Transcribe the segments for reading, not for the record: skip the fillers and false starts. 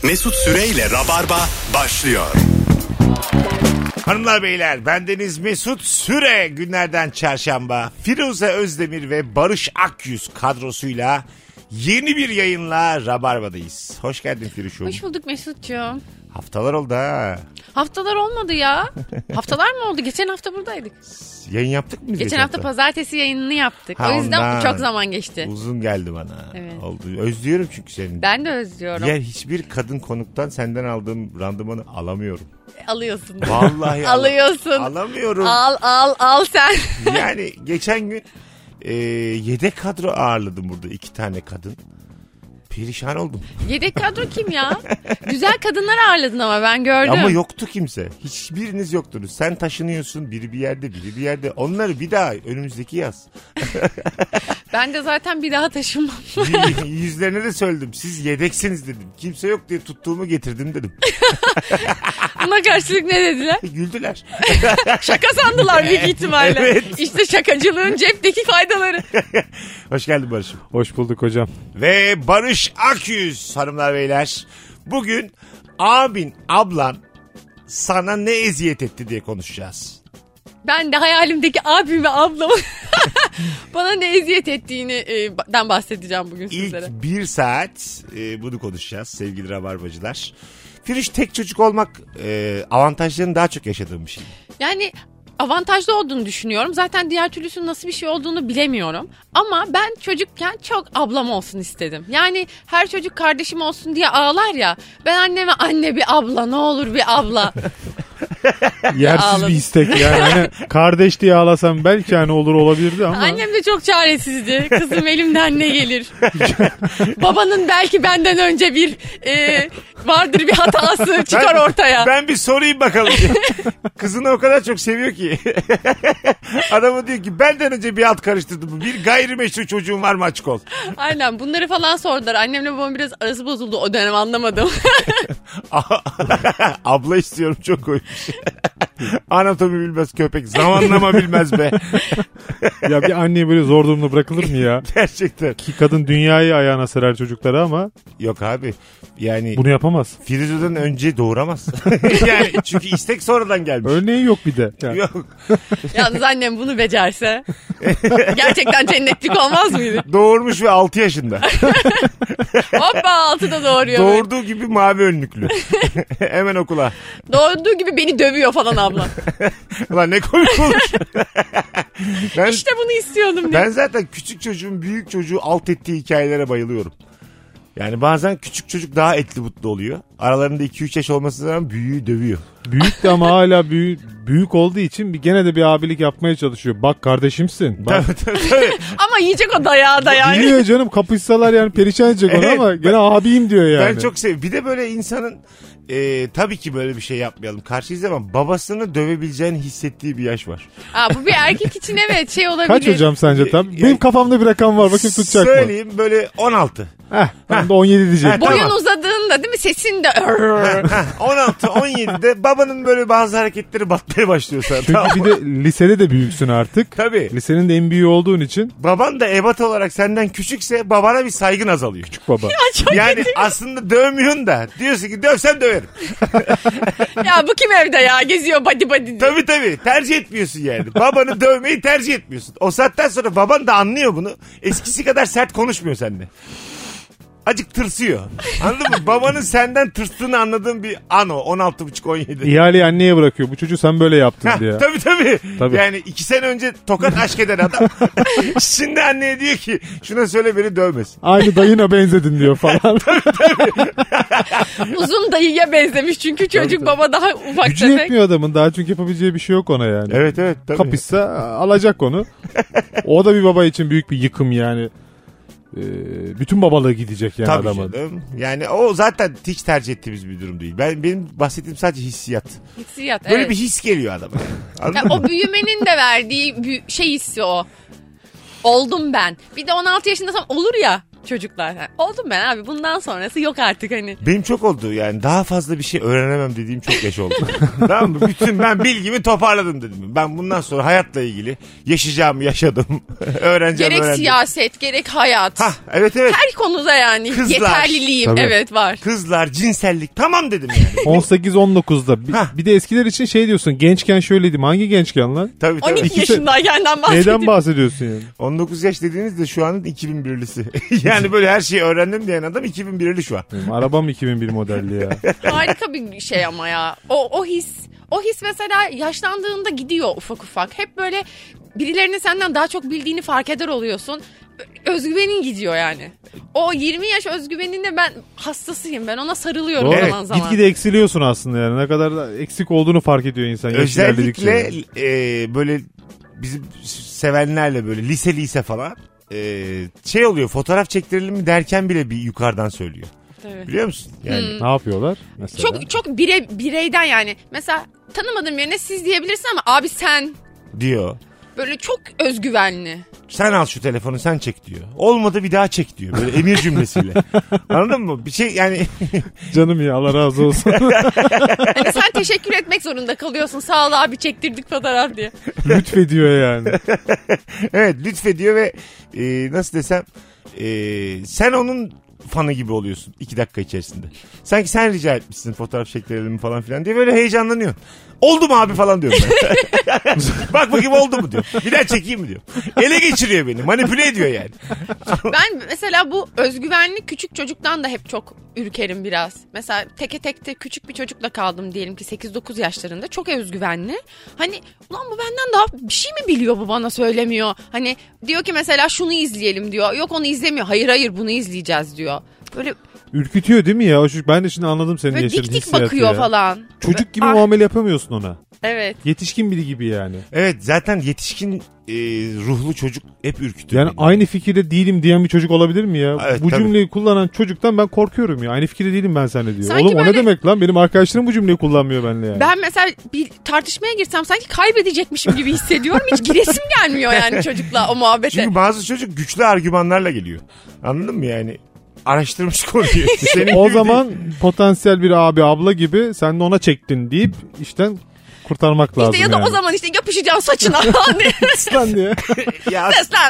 Mesut Süreyle Rabarba başlıyor. Hanımlar beyler, bendeniz Mesut Süre. Günlerden çarşamba Firuze Özdemir ve Barış Akyüz kadrosuyla yeni bir yayınla Rabarba'dayız. Hoş geldin Firuş'um. Hoş bulduk Mesut'cuğum. Haftalar oldu ha. Haftalar olmadı ya. Haftalar mı oldu? Geçen hafta buradaydık. Yayın yaptık mı biz? Geçen hafta pazartesi yayınını yaptık. Ha, o yüzden ondan. çok zaman geçti. Uzun geldi bana. Evet. Oldu. Özlüyorum çünkü seni. Ben de özlüyorum. Diğer hiçbir kadın konuktan senden aldığım randımanı alamıyorum. Alıyorsun. Vallahi alıyorsun. Alamıyorum. Al sen. Yani geçen gün yedek kadro ağırladım burada, 2 tane kadın. Perişan oldum. Yedek kadro kim ya? Güzel kadınlar ağırladın ama ben gördüm. Ama yoktu kimse. Hiçbiriniz yoktunuz. Sen taşınıyorsun, biri bir yerde, biri bir yerde. Onları bir daha önümüzdeki yaz. Ben de zaten bir daha taşınmam. Yüzlerine de söyledim. Siz yedeksiniz dedim. Kimse yok diye tuttuğumu getirdim dedim. Buna karşılık ne dediler? Güldüler. Şaka sandılar büyük ihtimalle. Evet. İşte şakacılığın cepteki faydaları. Hoş geldin Barış'ım. Hoş bulduk hocam. Ve Barış Akyüz hanımlar beyler. Bugün abin, ablan sana ne eziyet etti diye konuşacağız. Ben de hayalimdeki abim ve ablamın bana ne eziyet ettiğinden bahsedeceğim bugün sizlere. İlk 1 saat bunu konuşacağız sevgili Rabarbacılar. Firuş, tek çocuk olmak avantajlarını daha çok yaşadığım bir şey. Yani avantajlı olduğunu düşünüyorum. Zaten diğer türlüsünün nasıl bir şey olduğunu bilemiyorum. Ama ben çocukken çok ablam olsun istedim. Yani her çocuk kardeşim olsun diye ağlar ya. Ben anneme anne bir abla, ne olur bir abla. Yersiz Ağladım. bir istek yani. Hani kardeş diye ağlasam belki hani olur olabilirdi ama. Annem de çok çaresizdi. Kızım elimden ne gelir? Babanın belki benden önce bir vardır bir hatası çıkar ortaya. Ben bir sorayım bakalım. Kızını o kadar çok seviyor ki. Adamı diyor ki benden önce bir alt karıştırdım. Bir gayrimeşru çocuğun var mı, açık ol. Aynen, bunları falan sordular. Annemle babam biraz arası bozuldu o dönem, anlamadım. Abla istiyorum, çok koymuş. Anatomi bilmez köpek, zamanlama bilmez be. Ya bir anneye böyle zor durumda bırakılır mı ya? Gerçekten. Ki kadın dünyayı ayağına serer çocuklara ama Yok abi. Yani bunu yapamaz. Firuze'den önce doğuramaz. Yani çünkü istek sonradan gelmiş. Örneği yok bir de. Yani. Yok. Yalnız annem bunu becerse gerçekten cennetlik olmaz mıydı? Doğurmuş ve 6 yaşında. Hoppa, 6'da doğuruyor. Doğurduğu gibi mavi önlüklü. Hemen okula. Doğurduğu gibi beni dövüyor falan ablam. Ulan ne komik olur. İşte bunu istiyordum. Ben zaten küçük çocuğun büyük çocuğu alt ettiği hikayelere bayılıyorum. Yani bazen küçük çocuk daha etli mutlu oluyor. Aralarında 2-3 yaş olmasına rağmen büyüğü dövüyor. Büyük de ama hala büyük olduğu için gene de bir abilik yapmaya çalışıyor. Bak kardeşimsin. Bak. Tabii. Ama yiyecek o dayağı da yani. Biliyor canım, kapışsalar yani perişan edecek onu Evet, ama gene abiyim diyor yani. Ben çok seviyorum. Bir de böyle insanın tabii ki böyle bir şey yapmayalım. Karşıyız ama babasını dövebileceğini hissettiği bir yaş var. Bu bir erkek için evet şey olabilir. Kaç hocam sence tam? Benim kafamda bir rakam var. Bakayım tutacak mı? Söyleyeyim, böyle 16. Ben de 17 diyeceğim. Boyun Tamam. uzadığında değil mi, sesin de 16-17'de babanın böyle bazı hareketleri batmaya başlıyor sana. Tamam Çünkü mı? bir de lisede de büyüksün artık. Tabii. Lisenin de en büyüğü olduğun için Baban da ebat olarak senden küçükse babana bir saygın azalıyor. küçük baba. Yani aslında dövmüyorsun da diyorsun ki dövsem döverim. ya bu kim evde ya geziyor body body diye. Tabii tercih etmiyorsun yani. Babanı dövmeyi tercih etmiyorsun. O saatten sonra baban da anlıyor bunu. Eskisi kadar sert konuşmuyor seninle. Acık tırsıyor. Anladın mı? Babanın senden tırstığını anladığın bir an o. 16,5-17. İhaleyi anneye bırakıyor. Bu çocuğu sen böyle yaptın diye. Tabii. Yani 2 sene önce tokat aşk eden adam. Şimdi anneye diyor ki şuna söyle beni dövmesin. Aynı dayına benzedin diyor falan. Uzun dayıya benzemiş çünkü çocuk Tabii. baba daha ufak Gücü tefek. yetmiyor adamın. Daha çünkü yapabileceği bir şey yok ona yani. Evet tabii. Kapışsa alacak onu. O da bir baba için büyük bir yıkım yani. Bütün babalığı gidecek yani Tabii adamın. canım. Yani o zaten hiç tercih ettiğimiz bir durum değil. Benim bahsettiğim sadece hissiyat. Hissiyat, Böyle evet. bir his geliyor adama. Anladın Ya mı? o büyümenin de verdiği şey hissi o. Oldum ben. Bir de 16 yaşındasam olur ya. çocuklar. Ha, oldum ben abi, bundan sonrası yok artık hani. Benim çok oldu yani, daha fazla bir şey öğrenemem dediğim çok yaş oldu. Tamam mı? Bütün ben bilgimi toparladım dedim. Ben bundan sonra hayatla ilgili yaşayacağımı yaşadım. Öğreneceğim Gerek öğrendim. siyaset, gerek hayat. Hah, evet. Her konuda yani Kızlar. yeterliliğim Tabii. evet var. Kızlar, cinsellik, tamam dedim yani. 18-19'da. Hah. Bir de eskiler için şey diyorsun. Gençken şöyleydim. Hangi gençken lan? Tabii. 12 İkisi- yaşındayken bahsediyorum. Neyden bahsediyorsun yani? 19 yaş dediğiniz de şu anın 2001'lisi. Yani böyle her şeyi öğrendim diyen adam 2001'li şu an. Benim arabam 2001 modelli ya. Harika bir şey ama ya. O his mesela yaşlandığında gidiyor ufak ufak. Hep böyle birilerinin senden daha çok bildiğini fark eder oluyorsun. Özgüvenin gidiyor yani. O 20 yaş özgüveninde ben hastasıyım. Ben ona sarılıyorum Doğru. zaman zaman. Gitgide eksiliyorsun aslında yani. Ne kadar da eksik olduğunu fark ediyor insan. yaş Özellikle ilerledikçe. böyle bizim sevenlerle böyle lise falan şey oluyor, fotoğraf çektirelim mi derken bile bir yukarıdan söylüyor. Evet. Biliyor musun? Yani Ne yapıyorlar mesela? Çok bireyden yani. Mesela tanımadığım birine siz diyebilirsin ama abi sen, diyor. böyle çok özgüvenli. Sen al şu telefonu, sen çek diyor. Olmadı bir daha çek diyor. Böyle emir cümlesiyle. Anladın mı? Bir şey yani. Canım ya, Allah razı olsun. Hani sen teşekkür etmek zorunda kalıyorsun. Sağ ol abi, çektirdik fotoğraf diye. Lütfediyor yani. Evet, lütfediyor ve nasıl desem, sen onun fanı gibi oluyorsun 2 dakika içerisinde. Sanki sen rica etmişsin fotoğraf çektirelim falan filan diye böyle heyecanlanıyorsun. Oldu mu abi falan diyorum ben. Bak bakayım oldu mu diyor. Bir daha çekeyim mi diyor. Ele geçiriyor beni, manipüle ediyor yani. Ben mesela bu özgüvenli küçük çocuktan da hep çok ürkerim biraz. Mesela teke tekte küçük bir çocukla kaldım diyelim ki 8-9 yaşlarında. Çok özgüvenli. Hani ulan bu benden daha bir şey mi biliyor, bu bana söylemiyor. Hani diyor ki mesela şunu izleyelim diyor. Yok onu izlemiyor. Hayır bunu izleyeceğiz diyor. Böyle Ürkütüyor değil mi ya? Ben de şimdi anladım senin böyle yaşadığın dik dik hissiyatı bakıyor ya. falan. Çocuk gibi Ah, muamele yapamıyorsun ona. evet. Yetişkin biri gibi yani. Evet, zaten yetişkin ruhlu çocuk hep ürkütüyor Yani beni. aynı fikirde değilim diyen bir çocuk olabilir mi ya? Evet, bu tabii. cümleyi kullanan çocuktan ben korkuyorum ya. Aynı fikirde değilim ben seninle diyor. Sanki Oğlum o ne böyle- demek lan? Benim arkadaşlarım bu cümleyi kullanmıyor benimle yani. Ben mesela bir tartışmaya girsem sanki kaybedecekmişim gibi hissediyorum. Hiç giresim gelmiyor yani çocukla o muhabbete. Çünkü bazı çocuk güçlü argümanlarla geliyor. Anladın mı yani? Araştırmış konuyu. Senin O gibi zaman potansiyel bir abi abla gibi sen de ona çektin deyip işten kurtarmak lazım İşte ya da yani. o zaman işte yapışacağım saçına falan diye. Lan diye. değil. Ya, Seslen.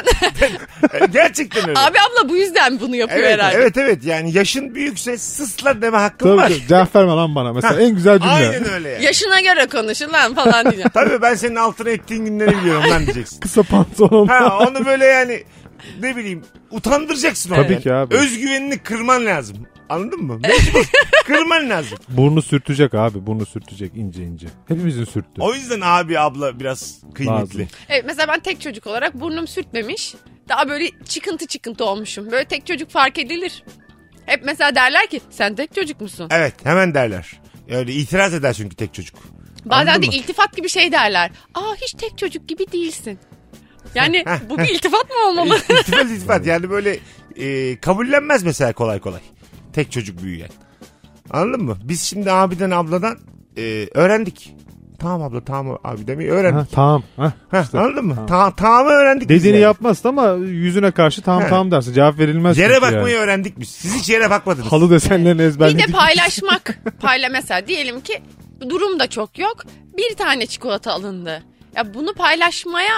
gerçekten öyle. Abi abla bu yüzden bunu yapıyor Evet, herhalde. evet yani yaşın büyükse sısla deme hakkım var. Tabii, cevap verme lan bana. Mesela en güzel cümle. Aynen öyle yani. Yaşına göre konuşun lan falan diyeceğim. Tabii ben senin altına ettiğin günleri biliyorum lan diyeceksin. Kısa pantolon. Ha, onu böyle yani ne bileyim utandıracaksın onu. Tabii yani. ki abi. Özgüvenini kırman lazım. Anladın mı? Mecbur. Kırman lazım. Burnu sürtecek abi. Burnu sürtecek ince ince. Hepimizin sürttü. O yüzden abi abla biraz kıymetli. Lazım. Evet, mesela ben tek çocuk olarak burnum sürtmemiş. Daha böyle çıkıntı olmuşum. Böyle tek çocuk fark edilir. Hep mesela derler ki sen tek çocuk musun? Evet, hemen derler. Öyle itiraz eder çünkü tek çocuk. Bazen Anladın de mı? iltifat gibi şey derler. Aa hiç tek çocuk gibi değilsin. Yani bu bir iltifat mı olmalı? İltifat yani böyle kabullenmez mesela kolay kolay. Tek çocuk büyüyen. Anladın mı? Biz şimdi abiden abladan öğrendik. Tamam abla tamam abi demeyi öğrendik. Ha, tamam. Ha, Heh, işte. anladın mı? Tamamı öğrendik biz Dediğini yani. yapmazsın ama yüzüne karşı tamam Ha. tamam dersin. Cevap verilmez. Yere çünkü bakmayı yani. öğrendik biz. Siz hiç yere bakmadınız. Halı desenlerini Bir ezberledik. de paylaşmak. Mesela diyelim ki durum da çok yok. Bir tane çikolata alındı. Ya bunu paylaşmaya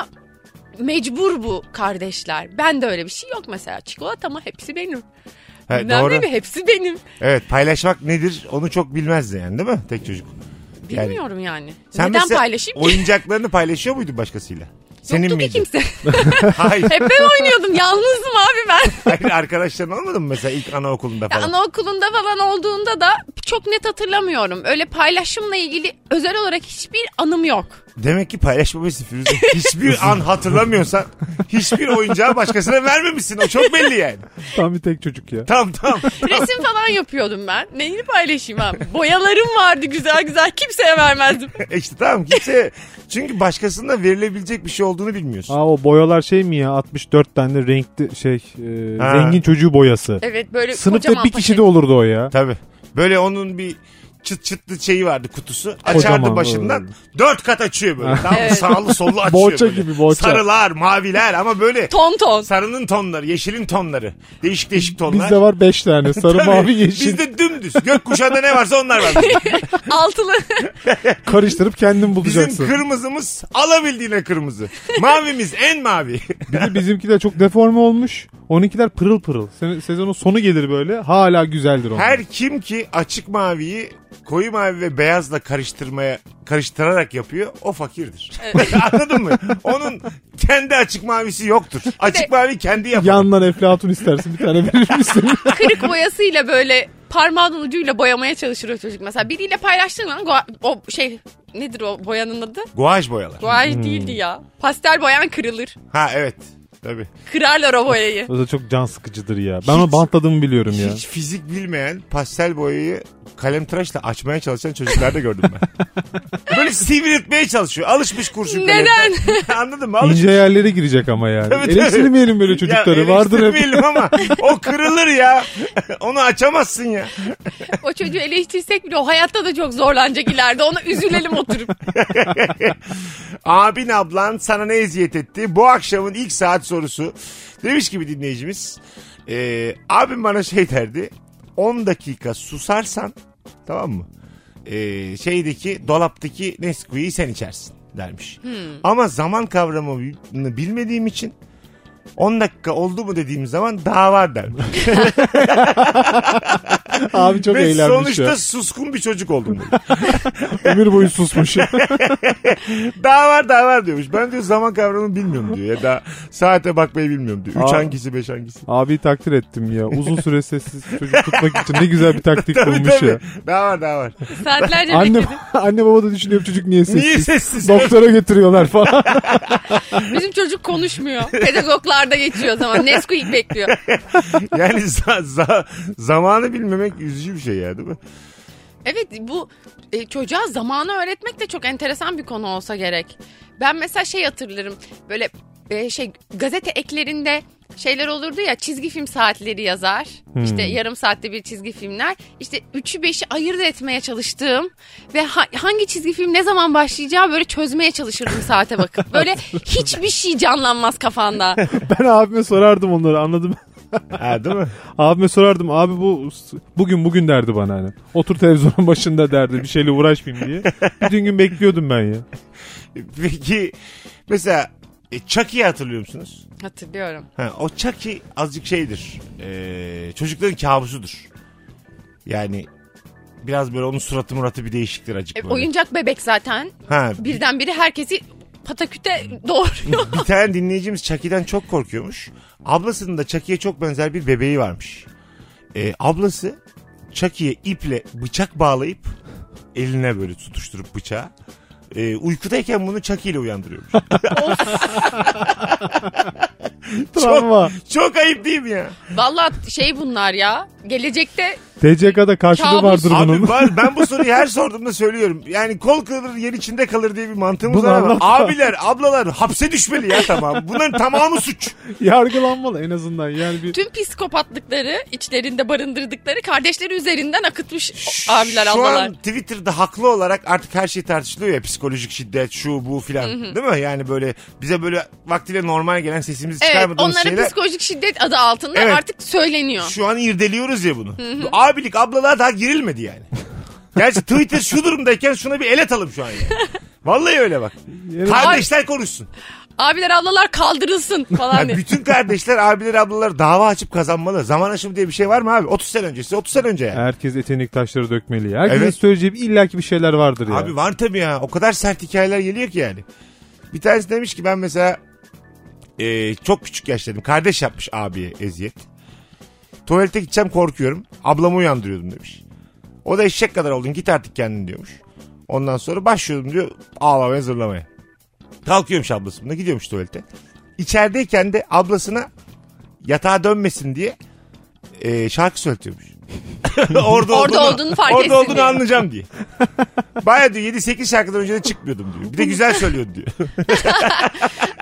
mecbur bu kardeşler. Ben de öyle bir şey yok mesela. Çikolata mı hepsi benim. He, Bilmem doğru. ne mi hepsi benim. Evet, paylaşmak nedir onu çok bilmezdi yani değil mi tek çocuk? Yani Bilmiyorum yani. sen Neden mesela paylaşayım ki? oyuncaklarını paylaşıyor muydun başkasıyla? Senin Yoktu ki miydi? kimse. Hayır. Hep ben oynuyordum. Yalnızdım abi ben. Hayır, arkadaşların olmadı mı mesela ilk anaokulunda Ya falan? anaokulunda falan olduğunda da çok net hatırlamıyorum. Öyle paylaşımla ilgili özel olarak hiçbir anım yok. Demek ki paylaşmamışsın Firuze. Hiçbir an hatırlamıyorsan hiçbir oyuncağı başkasına vermemişsin. O çok belli yani. Tam bir tek çocuk ya. Tamam. Resim falan yapıyordum ben. Neyini paylaşayım abi? Boyalarım vardı güzel güzel. Kimseye vermezdim. İşte tamam kimse... Çünkü başkasına verilebilecek bir şey olduğunu bilmiyorsun. Aa, o boyalar şey mi ya? 64 tane renkli zengin çocuğu boyası. Evet böyle Sınıfta kocaman bir kişi paket. de olurdu o ya. Tabii. Böyle onun bir çıt çıtlı şeyi vardı, kutusu. Açardı Kocaman, başından. evet. 4 kat açıyor böyle. Tamam mı? Evet. Sağlı sollu açıyor Boğaça böyle. gibi, boğaça. Sarılar, maviler ama böyle Ton ton. sarının tonları, yeşilin tonları. Değişik değişik tonlar. Bizde var 5 tane. Sarı, Tabii, mavi, yeşil. Bizde dümdüz. Gökkuşağında ne varsa onlar var. Altılı. Karıştırıp kendin bulacaksın. Bizim kırmızımız alabildiğine kırmızı. Mavimiz en mavi. Bir de bizimkiler çok deforme olmuş. 12'ler pırıl pırıl. Sezonun sonu gelir böyle. Hala güzeldir onlar. Her kim ki açık maviyi koyu mavi ve beyazla karıştırarak yapıyor, o fakirdir. Anladın mı? Onun kendi açık mavisi yoktur. Açık mavi kendi yapar. Yandan Eflatun istersin, bir tane verir misin? Kırık boyasıyla böyle parmağının ucuyla boyamaya çalışır o çocuk. Mesela biriyle paylaştığın an o şey, nedir o boyanın adı? Guaj boyalar. Guaj değildi ya. Pastel boyan kırılır. Ha evet. Tabii. Kırarlar o boyayı. O da çok can sıkıcıdır ya. Ben onu bantladığımı biliyorum ya. Hiç fizik bilmeyen pastel boyayı kalemtıraşla açmaya çalışan çocuklar da gördüm ben. Böyle sivriltmeye çalışıyor. Alışmış kurşun kalem. Neden? Anladın mı? Alışmış. İnce yerlere girecek ama yani. Tabii, tabii. Eleştirmeyelim böyle çocukları. Ya, Vardır hep. eleştirmeyelim ama o kırılır ya. Onu açamazsın ya. O çocuğu eleştirsek bile o hayatta da çok zorlanacak ileride. Ona üzülelim oturup. Abin ablan sana ne eziyet etti? Bu akşamın ilk saat sorusu. Demiş ki bir dinleyicimiz. Abim bana şey derdi. 10 dakika susarsan, tamam mı? Şeydeki dolaptaki Nesquik'i sen içersin dermiş. Ama zaman kavramını bilmediğim için 10 dakika oldu mu dediğim zaman daha var dermiş. Abi çok Ve eğlenmiş sonuçta ya. suskun bir çocuk oldum. Ömür boyu susmuş. Daha var diyormuş. Ben diyor zaman kavramını bilmiyorum diyor. Ya da saate bakmayı bilmiyorum diyor. 3 hangisi 5 hangisi. Abi takdir ettim ya. Uzun süre sessiz çocuk tutmak için ne güzel bir taktik bulmuş ya. Daha var. Saatlerce Anne, bekledim. anne baba da düşünüyor çocuk niye sessiz. Niye sessiz? Doktora götürüyorlar falan. Bizim çocuk konuşmuyor. Pedagoglarda geçiyor o zaman. Nesquik bekliyor. Yani zamanı bilmemek üzücü bir şey ya, değil mi? Evet, bu çocuğa zamanı öğretmek de çok enteresan bir konu olsa gerek. Ben mesela şey hatırlarım. Böyle gazete eklerinde şeyler olurdu ya, çizgi film saatleri yazar. İşte yarım saatte bir çizgi filmler. İşte 3'ü 5'i ayırt etmeye çalıştığım ve hangi çizgi film ne zaman başlayacağı böyle çözmeye çalışırdım saate bakıp. Böyle hiçbir şey canlanmaz kafanda. Ben abime sorardım onları, anladım. Ha, değil mi? Abime sorardım, abi bu bugün derdi bana hani. Otur televizyonun başında derdi, bir şeyle uğraşmayayım diye. Bütün gün bekliyordum ben ya. Peki mesela Chucky'yi hatırlıyor musunuz? Hatırlıyorum. Ha, o Chucky azıcık şeydir. Çocukların kabusudur. Yani biraz böyle onun suratı bir değişiktir azıcık böyle. Oyuncak bebek zaten. Ha, Birdenbire herkesi pataküte doğuruyor. bir tane dinleyicimiz Chucky'den çok korkuyormuş. Ablasının da Chucky'ye çok benzer bir bebeği varmış. Ablası Chucky'ye iple bıçak bağlayıp eline böyle tutuşturup bıçağı. Uykudayken bunu Chucky ile uyandırıyormuş. Travma. Çok ayıp değil mi ya? Vallahi bunlar ya. Gelecekte TCK'da karşılığı Kabus. vardır bunun. Abi var, ben bu soruyu her sorduğumda söylüyorum. Yani kol kırılır yer içinde kalır diye bir mantığımız Bunu var ama anlatma. abiler ablalar hapse düşmeli ya, tamam. Bunların tamamı suç. Yargılanmalı en azından. Yani bir tüm psikopatlıkları içlerinde barındırdıkları kardeşleri üzerinden akıtmış abiler, Şu ablalar. an Twitter'da haklı olarak artık her şey tartışılıyor ya, psikolojik şiddet şu bu filan, değil mi? Yani böyle bize böyle vaktiyle normal gelen sesimizi Evet, çıkarmadığımız onların şeyler psikolojik şiddet adı altında Evet. artık söyleniyor. şu an irdeliyoruz ya bunu. Bu abilik ablalığa daha girilmedi yani. Gerçi Twitter şu durumdayken şuna bir el atalım şu an yani. Vallahi öyle bak. Kardeşler konuşsun. Abiler ablalar kaldırılsın falan Yani diye. bütün kardeşler, abiler, ablalar dava açıp kazanmalı. Zaman aşımı diye bir şey var mı abi? 30 sene öncesi, 30 sene önce yani. herkes etenik taşları dökmeli. Herkesin Evet. söyleyeceği illaki bir şeyler vardır ya. Abi var tabii ya. O kadar sert hikayeler geliyor ki yani. Bir tanesi demiş ki ben mesela çok küçük yaştaydım. Kardeş yapmış abiye eziyet. Tuvalete gideceğim korkuyorum. Ablamı uyandırıyordum demiş. O da eşek kadar oldun git artık kendin diyormuş. Ondan sonra başlıyordum diyor ağlamaya zırlamaya. Kalkıyormuş ablası buna, gidiyormuş tuvalete. İçerideyken de ablasına yatağa dönmesin diye şarkı söyletiyormuş. orada olduğunu fark etsin Orada olduğunu diye. anlayacağım diye. Baya diyor 7-8 şarkıdan önce de çıkmıyordum diyor. Bir de güzel söylüyordu diyor. Ay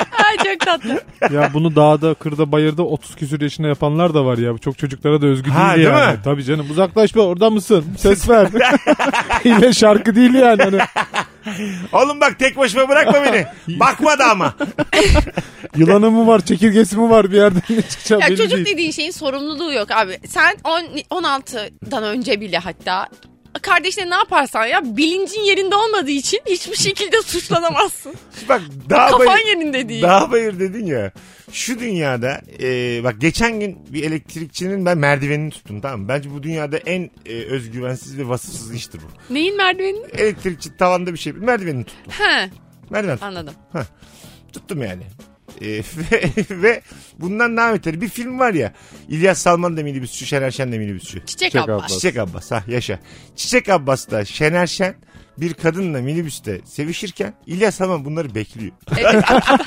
Çok tatlı. Ya bunu dağda, kırda, bayırda 30 küsür yaşında yapanlar da var ya. Bu çok çocuklara da özgü Ha, değil değil yani. mi? Tabii canım, uzaklaşma, orada mısın? Ses ver. Yine şarkı değil yani. Hani. Oğlum bak, tek başıma bırakma beni. Bakmadı ama. Yılanı mı var, çekirgesi mi var, bir yerden ne çıkacak Ya belli çocuk değil. dediğin şeyin sorumluluğu yok abi. Sen 16'dan önce bile hatta kardeşine ne yaparsan ya, bilincin yerinde olmadığı için hiçbir şekilde suçlanamazsın. Bak dağ Kafan bayır, yerinde değil. dağ bayır dedin ya. Şu dünyada bak, geçen gün bir elektrikçinin ben merdivenini tuttum, tamam mı? Bence bu dünyada en özgüvensiz ve vasıfsız iştir bu. Neyin merdiveni? Elektrikçi tavanda bir şey, merdivenini tuttum. He, Merdiven tuttum. anladım. Tuttum yani. Ve bundan daha öteri bir film var ya, İlyas Salman da minibüsçü, Şener Şen de minibüsçü. Çiçek Abbas. Abbas. Çiçek Abbas, yaşa. Çiçek Abbas'ta Şener Şen bir kadınla minibüste sevişirken İlyas Salman bunları bekliyor. Evet,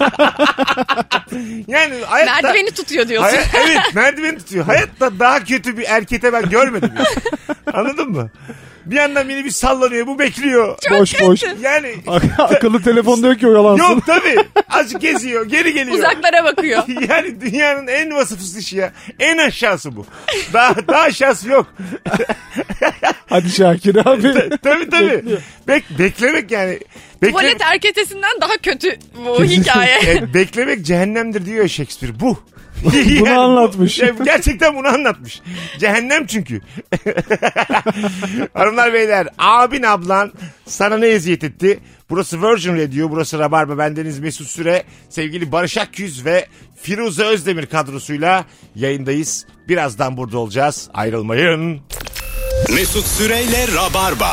Yani hayatta... merdiveni tutuyor diyorsun. Evet, merdiveni tutuyor. Hayatta daha kötü bir erkete ben görmedim. Yani. Anladın mı? Bir yandan minibüs sallanıyor, bu bekliyor. Boş boş. Yani Akıllı telefon diyor ki oyalansın. yok tabii. Azıcık geziyor, geri geliyor. Uzaklara bakıyor. Yani dünyanın en vasıfsız işi ya. En aşağısı bu. Daha aşağısı yok. Hadi Şakir abi. Tabii. Beklemek yani. Tuvalet erketesinden daha kötü bu hikaye. Beklemek cehennemdir diyor Shakespeare. Bu. Bunu anlatmış. Gerçekten bunu anlatmış. Cehennem çünkü. Hanımlar beyler, abin ablan sana ne eziyet etti? Burası Virgin Radio, burası Rabarba. Bendeniz Mesut Süre, sevgili Barış Akyüz ve Firuze Özdemir kadrosuyla yayındayız. Birazdan burada olacağız. Ayrılmayın. Mesut Süreyle Rabarba.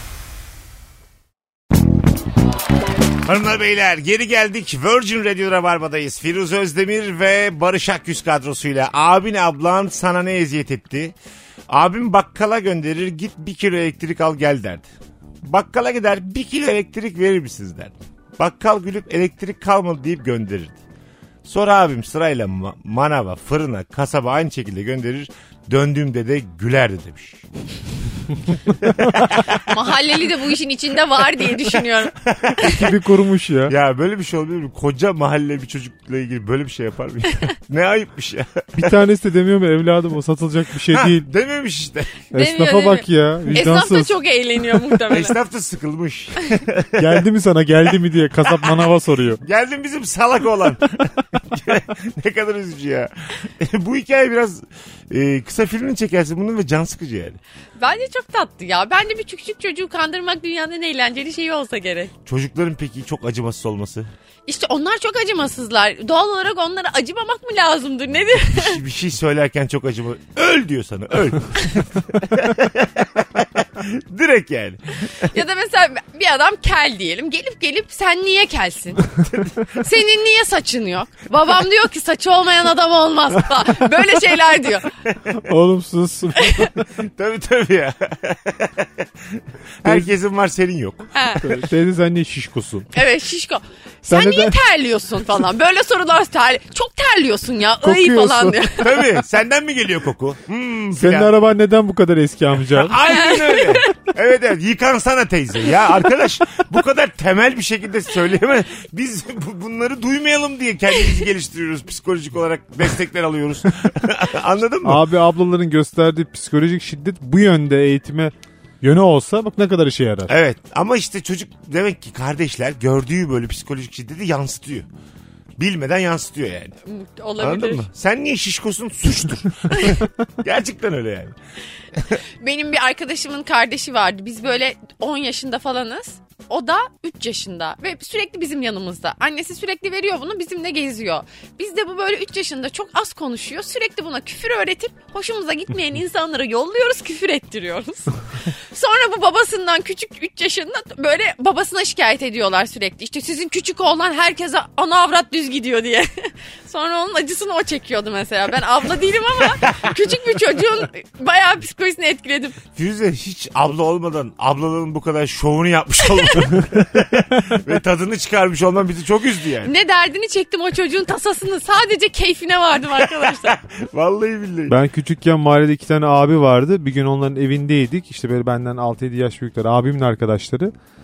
Hanımlar beyler, geri geldik. Virgin Radio Rabarba'dayız. Firuze Özdemir ve Barış Akyüz kadrosuyla. Abin ablan sana ne eziyet etti? Abim bakkala gönderir, git 1 kilo elektrik al gel derdi. Bakkala gider, 1 kilo elektrik verir misiniz derdi. Bakkal gülüp elektrik kalmadı deyip gönderirdi. Sonra abim sırayla manava, fırına, kasaba aynı şekilde gönderir. Döndüğümde de gülerdi demiş. Mahalleli de bu işin içinde var diye düşünüyorum. Gibi kurmuş ya. Ya böyle bir şey olabilir mi? Koca mahalle bir çocukla ilgili böyle bir şey yapar mı? Ne ayıpmış ya. Bir tanesi de demiyor mu evladım, o satılacak bir şey Ha, değil. dememiş işte. Esnafa bak ya, Esnaf da vicdansız. çok eğleniyor muhtemelen. Esnaf da sıkılmış. Geldi mi sana, geldi mi diye kasap manava soruyor. Geldin bizim salak olan. Ne kadar üzücü ya. Bu hikaye biraz kısa filmini çekersin bunun ve can sıkıcı yani. Bence çok tatlı ya. Bence bir küçük çocuğu kandırmak dünyanın en eğlenceli şeyi olsa gerek. Çocukların peki çok acımasız olması? İşte onlar çok acımasızlar. Doğal olarak onlara acımamak mı lazımdır? Nedir? Bir şey söylerken çok acıma. Öl diyor sana, öl. Direkt yani. Ya da mesela bir adam kel diyelim. Gelip sen niye kelsin? Senin niye saçın yok? Babam diyor ki saçı olmayan adam olmaz. Böyle şeyler diyor. Oğlum sus. Tabii ya. Herkesin var, senin yok. Ha. Teyze sen niye şişkosun? Evet, şişko. Sen Sen niye neden- terliyorsun falan. Böyle sorular çok terliyorsun ya. Ay Kokuyorsun. falan diyor. Tabii, senden mi geliyor koku? Senin Filan. araban neden bu kadar eski amca? Aynen öyle. Evet, yıkansana teyze. Ya arkadaş, bu kadar temel bir şekilde söyleyemez. Biz bunları duymayalım diye kendimizi geliştiriyoruz. Psikolojik olarak destekler alıyoruz. Anladın mı? Abi ablaların gösterdiği psikolojik şiddet bu yönde eğitime yönü olsa bak ne kadar işe yarar. Evet, ama işte çocuk demek ki kardeşler gördüğü böyle psikolojik şiddeti yansıtıyor. Bilmeden yansıtıyor yani. Olabilir. Anladın mı? Sen niye şişkosun? Suçtur. Gerçekten öyle yani. Benim bir arkadaşımın kardeşi vardı. Biz böyle 10 yaşında falanız. O da 3 yaşında ve sürekli bizim yanımızda. Annesi sürekli veriyor bunu, bizimle geziyor. Biz de bu böyle 3 yaşında çok az konuşuyor. Sürekli buna küfür öğretip hoşumuza gitmeyen insanlara yolluyoruz, küfür ettiriyoruz. Sonra bu babasından küçük 3 yaşında böyle babasına şikayet ediyorlar sürekli. İşte sizin küçük oğlan herkese ana avrat düz gidiyor diye. Sonra onun acısını o çekiyordu mesela. Ben abla değilim ama küçük bir çocuğun bayağı psikolojisini etkiledim. Firuze hiç abla olmadan ablalığın bu kadar şovunu yapmış olman ve tadını çıkarmış olman bizi çok üzdü yani. Ne derdini çektim o çocuğun tasasını. Sadece keyfine vardım arkadaşlar. Vallahi billahi. Ben küçükken mahallede 2 tane abi vardı. Bir gün onların evindeydik. İşte böyle benden 6-7 yaş büyükler, abimin arkadaşları.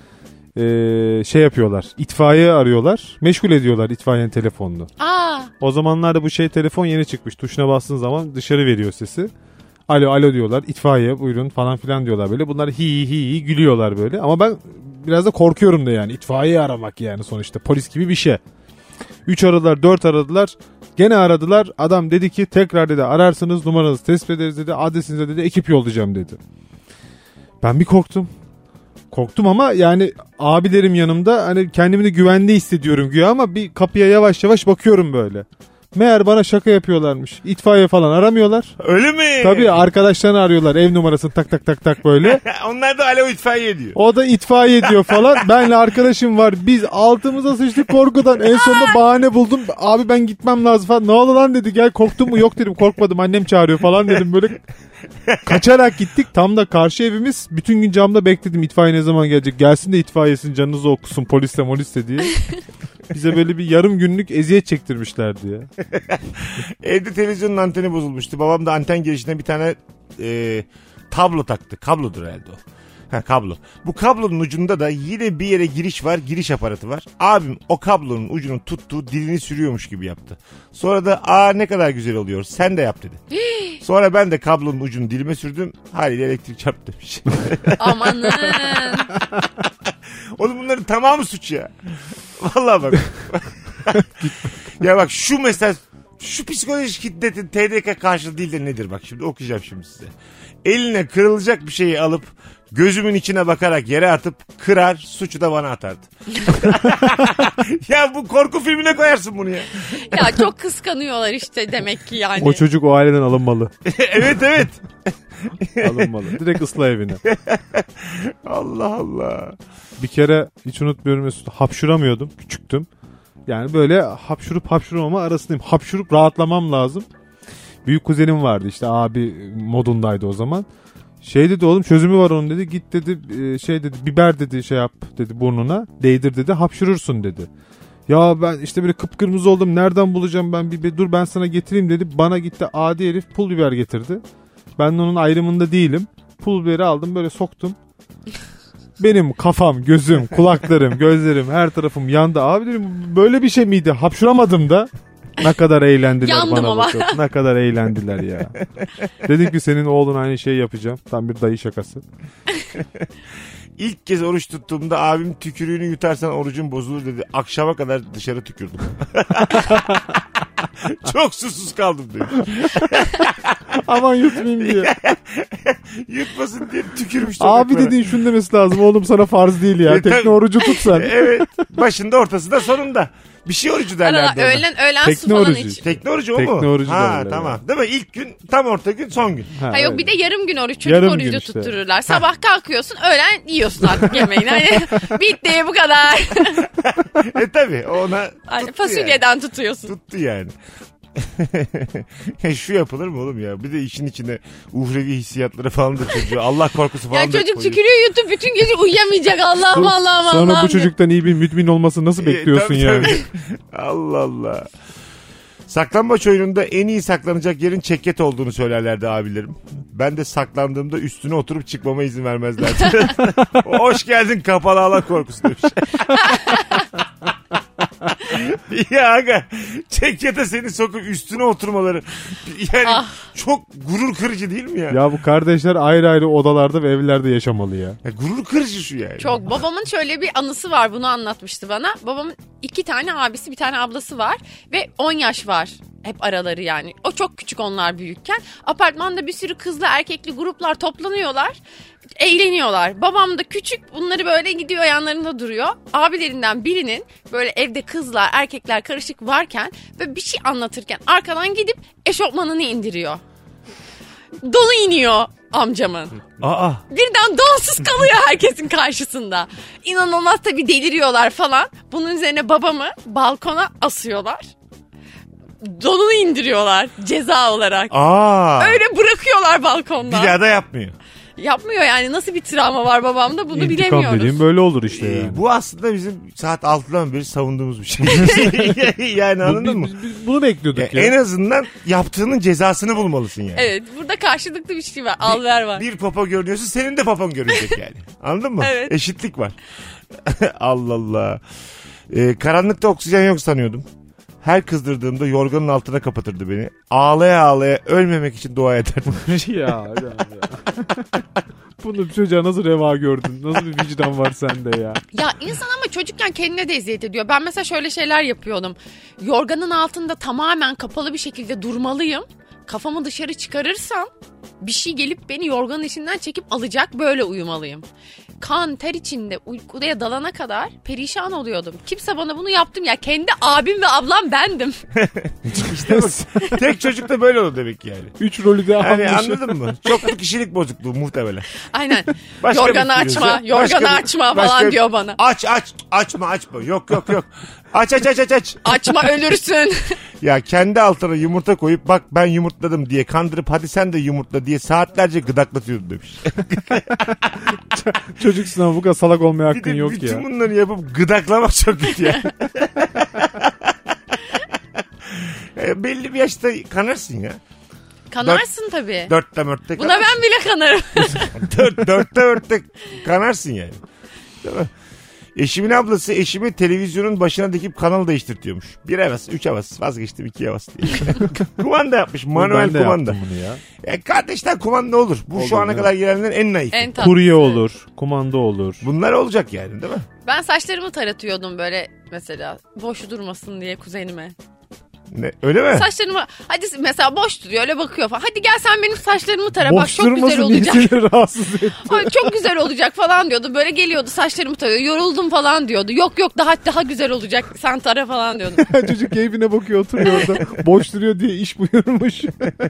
şey yapıyorlar. İtfaiye arıyorlar. Meşgul ediyorlar itfaiyenin telefonunu. Aa, O zamanlarda bu telefon yeni çıkmış. Tuşuna bastığın zaman dışarı veriyor sesi. Alo alo diyorlar. İtfaiye buyurun falan filan diyorlar böyle. Bunlar hi gülüyorlar böyle. Ama ben biraz da korkuyorum da yani. İtfaiye aramak yani sonuçta. Polis gibi bir şey. 3 aradılar 4 aradılar. Gene aradılar. Adam dedi ki tekrar dedi ararsınız numaranızı tespit ederiz dedi. Adresinize dedi ekip yollayacağım dedi. Ben bir korktum. Korktum ama yani abilerim yanımda hani kendimi de güvende hissediyorum güya ama bir kapıya yavaş yavaş bakıyorum böyle. Meğer bana şaka yapıyorlarmış. İtfaiye falan aramıyorlar. Öyle mi? Tabii arkadaşlarını arıyorlar ev numarasını tak tak böyle. Onlar da alo itfaiye diyor. O da itfaiye diyor falan. Benle arkadaşım var. Biz altımıza sıçtık korkudan. En sonunda bahane buldum. Abi ben gitmem lazım falan. Ne oldu lan dedi. Gel korktun mu? Yok dedim korkmadım. Annem çağırıyor falan dedim böyle. Kaçarak gittik. Tam da karşı evimiz. Bütün gün camda bekledim. İtfaiye ne zaman gelecek? Gelsin de itfaiyesin canınızı okusun. Polisle diye. Bize böyle bir yarım günlük eziyet çektirmişlerdi ya. Evde televizyonun anteni bozulmuştu. Babam da anten girişine bir tane tablo taktı. Kablodur herhalde o. Ha, kablo. Bu kablonun ucunda da yine bir yere giriş var. Giriş aparatı var. Abim o kablonun ucunu tuttu. Dilini sürüyormuş gibi yaptı. Sonra da ne kadar güzel oluyor. Sen de yap dedi. Sonra ben de kablonun ucunu dilime sürdüm. Haliyle elektrik çarptı demiş. amanın. Oğlum bunların tamamı suç ya. Vallahi bak. Ya bak şu mesela şu psikolojik şiddetin TDK karşılığı değil de nedir bak şimdi okuyacağım şimdi size. Eline kırılacak bir şeyi alıp gözümün içine bakarak yere atıp kırar suçu da bana atardı. Ya bu korku filmine koyarsın bunu ya. Ya çok kıskanıyorlar işte demek ki yani. O çocuk o aileden alınmalı. Evet. Alınmalı. Direkt ıslah evine. Allah Allah. Bir kere hiç unutmuyorum Mesut. Hapşuramıyordum. Küçüktüm. Yani böyle hapşurup hapşuramama arasındayım. Hapşurup rahatlamam lazım. Büyük kuzenim vardı işte abi modundaydı o zaman. Şey dedi oğlum çözümü var onun dedi. Git dedi dedi biber dedi şey yap dedi burnuna. Değdir dedi hapşurursun dedi. Ya ben işte böyle kıpkırmızı oldum. Nereden bulacağım ben biber? Dur ben sana getireyim dedi. Bana gitti adi herif pul biber getirdi. Ben de onun ayrımında değilim. Pul biberi aldım böyle soktum. Benim kafam, gözüm, kulaklarım, gözlerim her tarafım yandı. Abi dedim böyle bir şey miydi? Hapşuramadım da. Ne kadar eğlendiler yandım bana ama. bakıp. Ne kadar eğlendiler ya. Dedim ki senin oğlun aynı şeyi yapacağım. Tam bir dayı şakası. İlk kez oruç tuttuğumda abim tükürüğünü yutarsan orucun bozulur dedi. Akşama kadar dışarı tükürdüm. Çok susuz kaldım demiş. Aman yutmayayım diye. Yutmasın diye tükürmüş. Abi dediğin şunu demesi lazım. Oğlum sana farz değil ya. Tekne orucu tut sen. Evet. Başında ortasında sonunda. Bir şey orucu derlerdi ona. Öğlen Tekne su falan orucu. iç. Tekne orucu o Tekne mu? orucu ha derler tamam. yani. Değil mi? İlk gün tam orta gün son gün. Ha yok bir de yarım gün oruç çocuk Yarım orucu gün işte. tuttururlar. Sabah kalkıyorsun öğlen yiyorsun artık yemeğini. Hani bitti bu kadar. Tabii ona Hani tuttu fasulyeden yani. tutuyorsun. Tuttu yani. Şu yapılır mı oğlum ya? Bir de işin içine uhrevi hissiyatları falan da çocuğu. Allah korkusu falan Ya da çocuk koyuyor. tükürüyor yutup bütün gece uyuyamayacak. Allah'ım Allah'ım Sonra Allah'ım. bu çocuktan iyi bir mümin olması nasıl bekliyorsun Tabii, yani? tabii. Allah Allah. Saklambaç oyununda en iyi saklanacak yerin çeket olduğunu söylerlerdi abilerim. Ben de saklandığımda üstüne oturup çıkmama izin vermezlerdi. Hoş geldin kapalı alan korkusu demiş. Ya aga çekete seni sokup üstüne oturmaları yani çok gurur kırıcı değil mi ya? Ya bu kardeşler ayrı ayrı odalarda ve evlerde yaşamalı ya. Gurur kırıcı şu yani. Çok. Babamın şöyle bir anısı var, bunu anlatmıştı bana. Babamın 2 tane abisi, bir tane ablası var ve 10 yaş var. Hep araları yani. O çok küçük onlar büyükken. Apartmanda bir sürü kızlı erkekli gruplar toplanıyorlar. Eğleniyorlar. Babam da küçük, bunları böyle gidiyor yanlarında duruyor. Abilerinden birinin böyle evde kızlar erkekler karışık varken ve bir şey anlatırken arkadan gidip eşofmanını indiriyor. Donu iniyor amcamın. Aa. Birden donsuz kalıyor herkesin karşısında. İnanılmaz tabii deliriyorlar falan. Bunun üzerine babamı balkona asıyorlar. Donunu indiriyorlar ceza olarak. Aa. Öyle bırakıyorlar balkonda. Bir daha da yapmıyor. Yapmıyor yani, nasıl bir travma var babamda bunu İntikam bilemiyoruz. dediğim böyle olur işte yani. Bu aslında bizim saat 6'dan beri savunduğumuz bir şey. Yani anladın mı? Biz bunu bekliyorduk ya. En azından yaptığının cezasını bulmalısın yani. Evet, burada karşılıklı bir şey var. Al ver var. Bir popo görünüyorsa senin de popon görünecek yani. Anladın mı? Evet. Eşitlik var. Allah Allah. Karanlıkta oksijen yok sanıyordum. Her kızdırdığımda yorganın altına kapatırdı beni. Ağlaya ağlaya ölmemek için dua ederdim. ya. Bunu bir çocuğa nasıl reva gördün? Nasıl bir vicdan var sende ya? Ya insan ama çocukken kendine de eziyet ediyor. Ben mesela şöyle şeyler yapıyordum. Yorganın altında tamamen kapalı bir şekilde durmalıyım. Kafamı dışarı çıkarırsam bir şey gelip beni yorganın içinden çekip alacak, böyle uyumalıyım. Kan ter içinde uykuya dalana kadar perişan oluyordum. Kimse bana bunu yaptım ya. Kendi abim ve ablam bendim. İşte bak, tek çocuk da böyle olur demek yani. 3 rolü de Yani almış. anladın mı? Çoklu kişilik bozukluğu muhtemelen. Aynen. Başka Yorganı bir açma, sürüyorsa, yorganı başka bir- açma başka falan bir- diyor bana. Açma. Yok. Aç. Açma ölürsün. Ya kendi altına yumurta koyup bak ben yumurtladım diye kandırıp hadi sen de yumurtla diye saatlerce gıdaklatıyordu demiş. Çocuksun ama bu kadar salak olmaya Bir hakkın de yok bütün ya. bunları yapıp gıdaklamak çok kötü ya. Belli bir yaşta kanarsın ya. Kanarsın tabii. Dörtte mörtte Buna kanarsın. ben bile kanarım. Dörtte mörtte kanarsın yani. Değil mi? Eşimin ablası eşimi televizyonun başına dikip kanal değiştirtiyormuş. 1 havas, 3 havas, vazgeçtim 2 havas diye. Kumanda yapmış, manuel Ben de kumanda. yaptım bunu ya. Kardeşler kumanda olur. Bu şu Olur, ana evet. kadar gelenlerin en naif. En tatlısı. Kurye olur, kumanda olur. Bunlar olacak yani değil mi? Ben saçlarımı taratıyordum böyle mesela boş durmasın diye kuzenime. Ne, öyle mi? Saçlarımı hadi mesela boş duruyor öyle bakıyor falan. Hadi gel sen benim saçlarımı tara bak Boş çok güzel durmasın olacak. diye seni rahatsız etti. Ay, çok güzel olacak falan diyordu. Böyle geliyordu saçlarımı tarıyor. Yoruldum falan diyordu. Yok daha güzel olacak. Sen tara falan diyordu. Çocuk keyfine bakıyor oturuyor orada. Boş duruyor diye iş buyurmuş.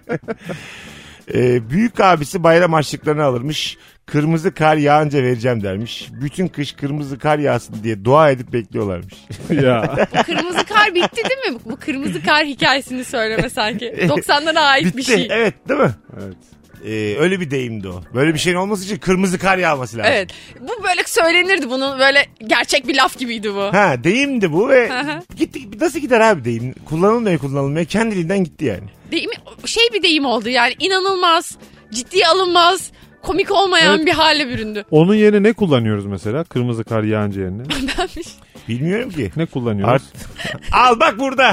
Büyük abisi bayram harçlıklarını alırmış. Kırmızı kar yağınca vereceğim dermiş. Bütün kış kırmızı kar yağsın diye dua edip bekliyorlarmış. ya. Kırmızı kar bitti değil mi? Bu kırmızı kar hikayesini söyleme sanki. 90'lara ait Bitti. bir şey. Evet değil mi? Evet. Öyle bir deyimdi o. Böyle bir şeyin olması için kırmızı kar yağması lazım. Evet. Bu böyle söylenirdi. Bunun böyle gerçek bir laf gibiydi bu. Ha deyimdi bu ve Hı hı. gitti. Nasıl gider abi deyim? Kullanılmaya kendiliğinden gitti yani. Deyim, bir deyim oldu yani, inanılmaz, ciddiye alınmaz, komik olmayan Evet. bir hale büründü. Onun yerine ne kullanıyoruz mesela? Kırmızı kar yağınca yerine. Bilmiyorum ki. Ne kullanıyoruz? Al bak burada.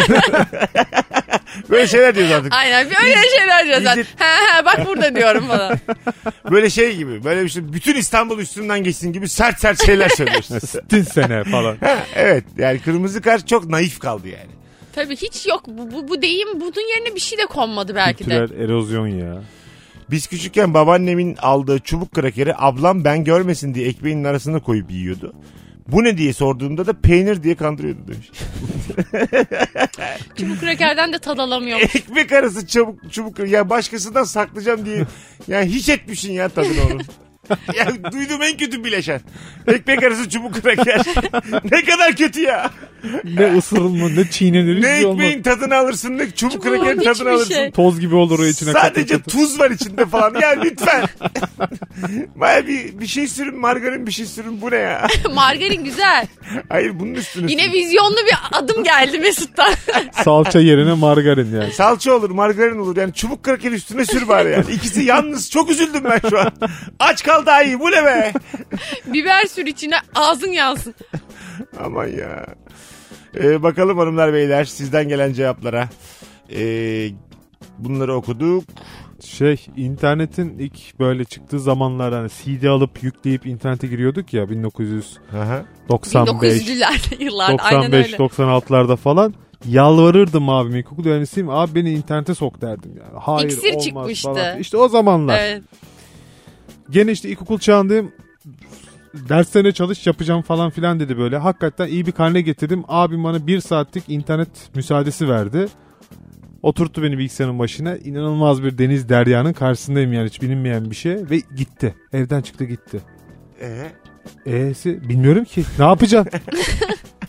Böyle şeyler diyoruz artık. Aynen öyle şeyler diyor zaten. İyice- He bak burada diyorum falan. Böyle şey gibi. Böyle bir şey. Bütün İstanbul üstünden geçsin gibi sert şeyler söylüyorsun. Stin sene falan. Ha, evet. Yani kırmızı kar çok naif kaldı yani. Tabii hiç yok bu deyim, bunun yerine bir şey de konmadı belki de. Kültürel erozyon ya. Biz küçükken babaannemin aldığı çubuk krakeri ablam ben görmesin diye ekmeğin arasına koyup yiyordu. Bu ne diye sorduğumda da peynir diye kandırıyordu demiş. Çubuk krakerden de tad alamıyorum. Ekmek arası çubuk ya başkasından saklayacağım diye. Yani hiç etmişsin ya tadını onun. Ya duydum en kötü bileşen. Ekmek arası çubuk kraker. Ne kadar kötü ya. Ne ısırılma ne çiğnenir. Ne hiçbir şey ekmeğin olmaz. tadını alırsın ne çubuk Çubuğun krakerin hiçbir tadını alırsın. şey. Toz gibi olur o içine. Sadece katı katı. tuz var içinde falan. Ya lütfen. Baya bir şey sürün, margarin bir şey sürün. Bu ne ya? Margarin güzel. Hayır bunun üstüne. Yine vizyonlu bir adım geldi Mesut'tan. Salça yerine margarin yani. Salça olur, margarin olur. Yani çubuk kraker üstüne sür bari yani. İkisi yalnız. Çok üzüldüm ben şu an. Aç kal daha iyi. Bu ne be? Biber sür içine, ağzın yansın. Aman ya. Bakalım hanımlar beyler sizden gelen cevaplara. Bunları okuduk. İnternetin ilk böyle çıktığı zamanlar hani CD alıp yükleyip internete giriyorduk ya 1995 Aha. 1900'lü yıllar. Aynen öyle. 96'larda falan. Yalvarırdım abim, ilkokul öğrencisiyim. Abi beni internete sok derdim yani. Hayır İksir olmaz çıkmıştı. falan. İşte o zamanlar. Evet. Gene işte ilkokul çağındayım. Derslerine çalış yapacağım falan filan dedi böyle. Hakikaten iyi bir karne getirdim. Abim bana 1 saatlik internet müsaadesi verdi. Oturttu beni bilgisayarın başına. İnanılmaz bir deniz deryanın karşısındayım yani, hiç bilinmeyen bir şey. Ve gitti. Evden çıktı gitti. Bilmiyorum ki. Ne yapacağım?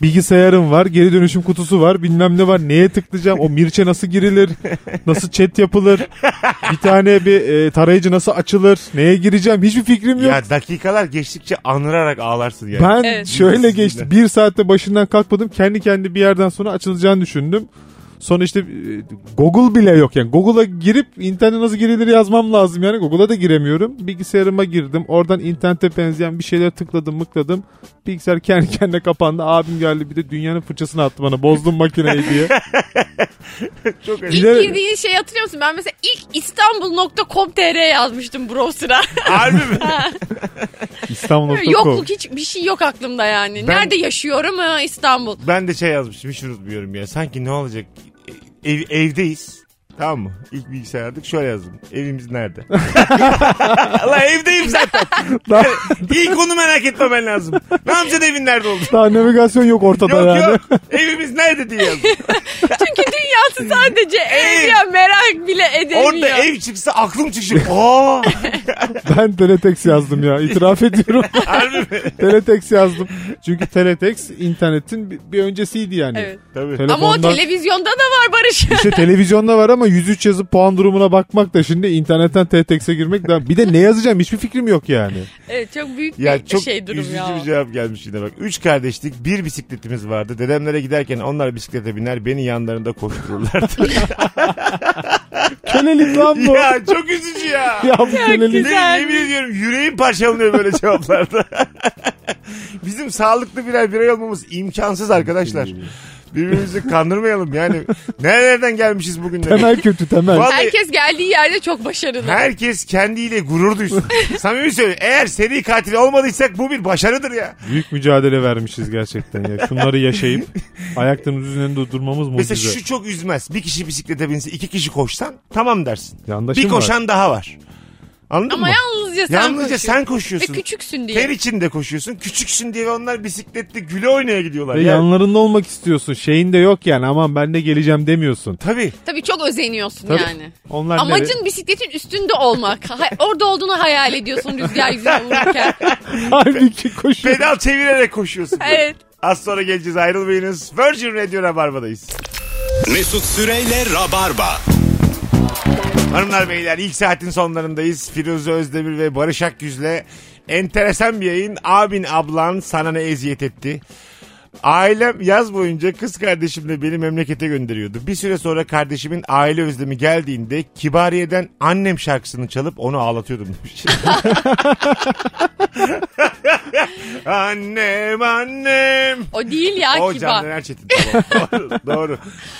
Bilgisayarım var, geri dönüşüm kutusu var, bilmem ne var. Neye tıklayacağım? O Mirç'e nasıl girilir? Nasıl chat yapılır? Bir tane tarayıcı nasıl açılır? Neye gireceğim? Hiçbir fikrim yok. Ya dakikalar geçtikçe anırarak ağlarsın yani. Ben Evet. şöyle geçti. 1 saatte başından kalkmadım. Kendi bir yerden sonra açılacağını düşündüm. Sonra işte Google bile yok yani. Google'a girip internete nasıl girilir yazmam lazım yani. Google'a da giremiyorum. Bilgisayarıma girdim. Oradan internete benzeyen bir şeyler tıkladım mıkladım. Bilgisayar kendi kendine kapandı. Abim geldi bir de dünyanın fırçasını attı bana. Bozdum makineyi diye. Çok İlk Bir de- girdiğin şey hatırlıyor musun? Ben mesela ilk istanbul.com.tr yazmıştım browser'a. Harbi mi? İstanbul.com. Yokluk hiçbir şey yok aklımda yani. Ben- Nerede yaşıyorum? İstanbul. Ben de şey yazmışım hiç unutmuyorum ya. Sanki ne olacak? Evdeyiz. Tamam mı? İlk bilgisayar aldık şöyle yazdım. Evimiz nerede? Allah evdeyim zaten. Daha, İlk onu merak etmemen lazım. Ne yapacaksın evin nerede olduğunu? daha navigasyon yok ortada Yok yani. yok. Evimiz nerede diye yazdım. Çünkü dünyası sadece ev ya, merak bile edemiyor. Orada ev çıksa aklım çıkacak. Aa! Ben teletext yazdım ya. İtiraf ediyorum. Harbi mi? Teletext yazdım. Çünkü teletext internetin bir öncesiydi yani. Evet. Tabii. Ama o Telefondan- televizyonda da var Barış. İşte televizyonda var ama 103 yazıp puan durumuna bakmak da şimdi internetten teletext'e girmek de bir de ne yazacağım hiçbir fikrim yok yani. Evet, çok büyük Ya bir çok şey durum üzücü ya. bir cevap gelmiş yine bak. 3 kardeşlik, bir bisikletimiz vardı. Dedemlere giderken onlar bisiklete biner, beni yanlarında koştururlardı. Kölelik lan bu. Ya çok üzücü ya. Ya bu kölelik. Yemin ediyorum yüreğim parçalanıyor böyle cevaplarda. Bizim sağlıklı birer birey olmamız imkansız arkadaşlar. Birbirimizi kandırmayalım yani. Nerelerden gelmişiz bugünlere? Temel kötü temel. Vallahi Herkes geldiği yerde çok başarılı. herkes kendiyle gurur duysun. Samimi söylüyorum. Eğer seri katil olmadıysak bu bir başarıdır ya. Büyük mücadele vermişiz gerçekten ya. Şunları yaşayıp ayaklarımız üzerinde durmamız mucize. Mesela şu çok üzmez. Bir kişi bisiklete binse 2 kişi koşsan tamam dersin. Yandaşım Bir koşan daha var. Anladın Ama mı? yalnızca sen Yalnızca koşuyorsun. sen koşuyorsun. Ve küçüksün diye. Ter içinde koşuyorsun. Küçüksün diye ve onlar bisikletle güle oynaya gidiyorlar. Ve Ya. yanlarında olmak istiyorsun. Şeyin de yok yani aman ben de geleceğim demiyorsun. Tabii. Tabii çok özeniyorsun Tabii. yani. Onlar Amacın bisikletin üstünde olmak. Orada olduğunu hayal ediyorsun rüzgar yüzüne vururken. halbuki koşuyor. Pedal çevirerek koşuyorsun. Evet. Az sonra geleceğiz, ayrılmayınız. Virgin Radio Rabarba'dayız. Mesut Süreyle Rabarba. Hanımlar beyler ilk saatin sonlarındayız. Firuze Özdemir ve Barış Akgüz'le enteresan bir yayın. Abin ablan sana ne eziyet etti? Ailem yaz boyunca kız kardeşimle beni memlekete gönderiyordu. Bir süre sonra kardeşimin aile özlemi geldiğinde Kibariye'den Annem şarkısını çalıp onu ağlatıyordum demiş. Annem annem. O değil ya O kibar. Caner Erçetin. Tamam. Doğru, doğru.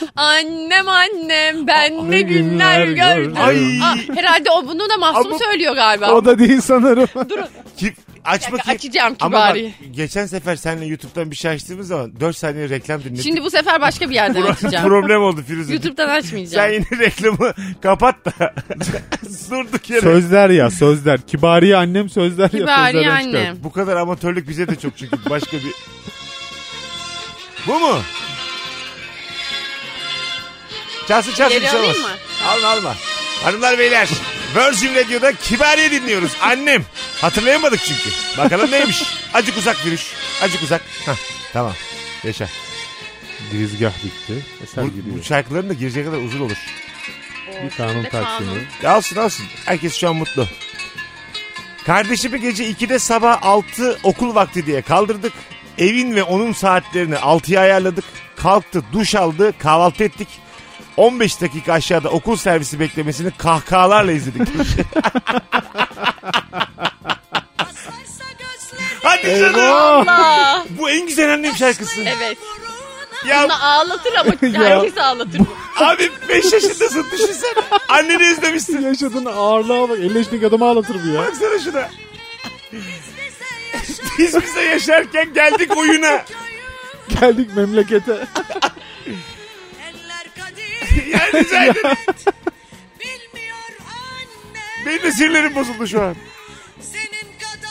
Annem ben ne Ne günler günler gördüm. Ay. Herhalde o bunu da Mahsun Ama- söylüyor galiba. O da değil sanırım. Aç bakayım. Açacağım Ama bak, Kibari. geçen sefer seninle YouTube'dan bir şey açtığımız zaman 4 saniye reklam dinledik. Şimdi bu sefer başka bir yerden açacağım. Problem oldu Firuze. YouTube'dan Sen açmayacağım. yine reklamı kapat da durduk yere. Sözler ya sözler. Kibariye annem sözler ya Kibariye sözlerden çıkar. annem. Bu kadar amatörlük bize de çok çünkü başka bir... Bu mu? Çalsın Geri bir şey alayım olmaz. mı? Alma. Hanımlar beyler Virgin Radio'da Kibariye dinliyoruz. Annem. Hatırlayamadık çünkü. Bakalım neymiş. Acık uzak Firuş. Acık uzak. Hah, tamam. Yaşa. Girizgah bitti. Eser Bu giriyor. şarkıların da girecek kadar uzun olur. Bir kanun taksimi. Alsın. Herkes şu an mutlu. Kardeşimi gece 2'de sabah 6 okul vakti diye kaldırdık. Evin ve onun saatlerini 6'ya ayarladık. Kalktı, duş aldı, kahvaltı ettik. 15 dakika aşağıda okul servisi beklemesini kahkahalarla izledik. Hadi canım. Allah. Bu en güzel annem şarkısı. Evet. Ya Bunu ağlatır ama herkes ağlatır. abi 5 yaşındasın düşünsene. Anneni özlemişsin. Yaşadığın ağırlığa bak. 50 yaşındaki adamı ağlatır bu ya. Baksana şuna. Biz bize yaşarken geldik oyuna. Geldik memlekete. Yani rica ederim. Benim de sinirlerim bozuldu şu an.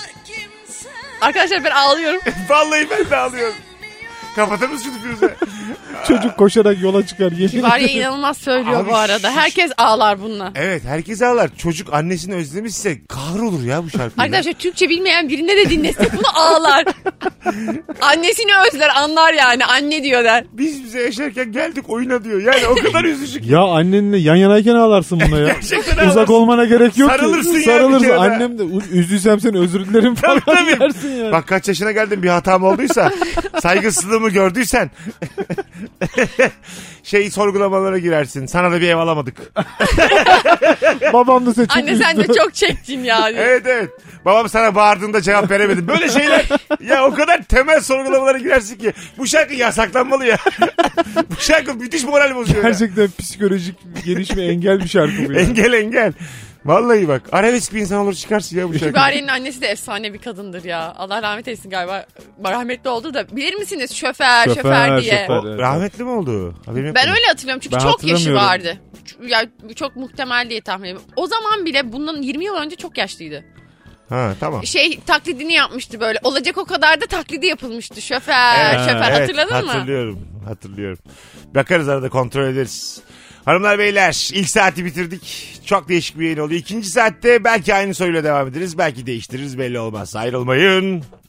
Arkadaşlar ben ağlıyorum. Vallahi ben de ağlıyorum. Kapatır mısın şunu Firuze? Çocuk koşarak yola çıkar. Yemin Var ya inanılmaz söylüyor Abi bu arada. Herkes ağlar bununla. Evet, herkes ağlar. Çocuk annesini özlemişse kahrolur ya bu şarkıyla. Arkadaşlar Türkçe bilmeyen birine de dinlesek bunu ağlar. Annesini özler, anlar yani. Anne diyor der. Biz bize yaşarken geldik oyuna diyor. Yani o kadar üzücü ki. Ya annenle yan yanayken ağlarsın buna ya. Gerçekten Uzak ağlarsın. olmana gerek yok Sarılırsın ki. ya Sarılırsın. bir kere de. Annem de üzdüysem seni özür dilerim falan Tabii. dersin yani. Bak kaç yaşına geldin, bir hatam olduysa, saygısızlığımı gördüysen sorgulamalara girersin. Sana da bir ev alamadık. Babam da seni çok Anne sen de üzdü. çok çektin yani. Evet. Babam sana bağırdığında cevap veremedim. Böyle şeyler ya, o kadar temel sorgulamalara girersin ki bu şarkı yasaklanmalı ya. Bu şarkı müthiş moral bozuyor ya. Gerçekten psikolojik gelişme engel bir şarkı bu ya. Engel. Vallahi bak, arabesk bir insan olur çıkarsın ya bu şarkı. Kibariye'nin annesi de efsane bir kadındır ya. Allah rahmet eylesin galiba. Rahmetli oldu da. Bilir misiniz? Şoför diye. şoför. O rahmetli mi oldu? Haberim yok Ben benim. öyle hatırlıyorum çünkü Ben çok yaşı hatırlamıyorum. vardı. Ya çok muhtemel diye tahmin ediyorum. O zaman bile bundan 20 yıl önce çok yaşlıydı. Ha tamam. Taklidini yapmıştı böyle. Olacak o kadar da taklidi yapılmıştı. Şoför Evet, hatırladın mı? Hatırlıyorum. Bakarız, arada kontrol ederiz. Hanımlar beyler, ilk saati bitirdik. Çok değişik bir yayın oldu. İkinci saatte belki aynı soruyla devam ederiz. Belki değiştiririz, belli olmaz. Ayrılmayın.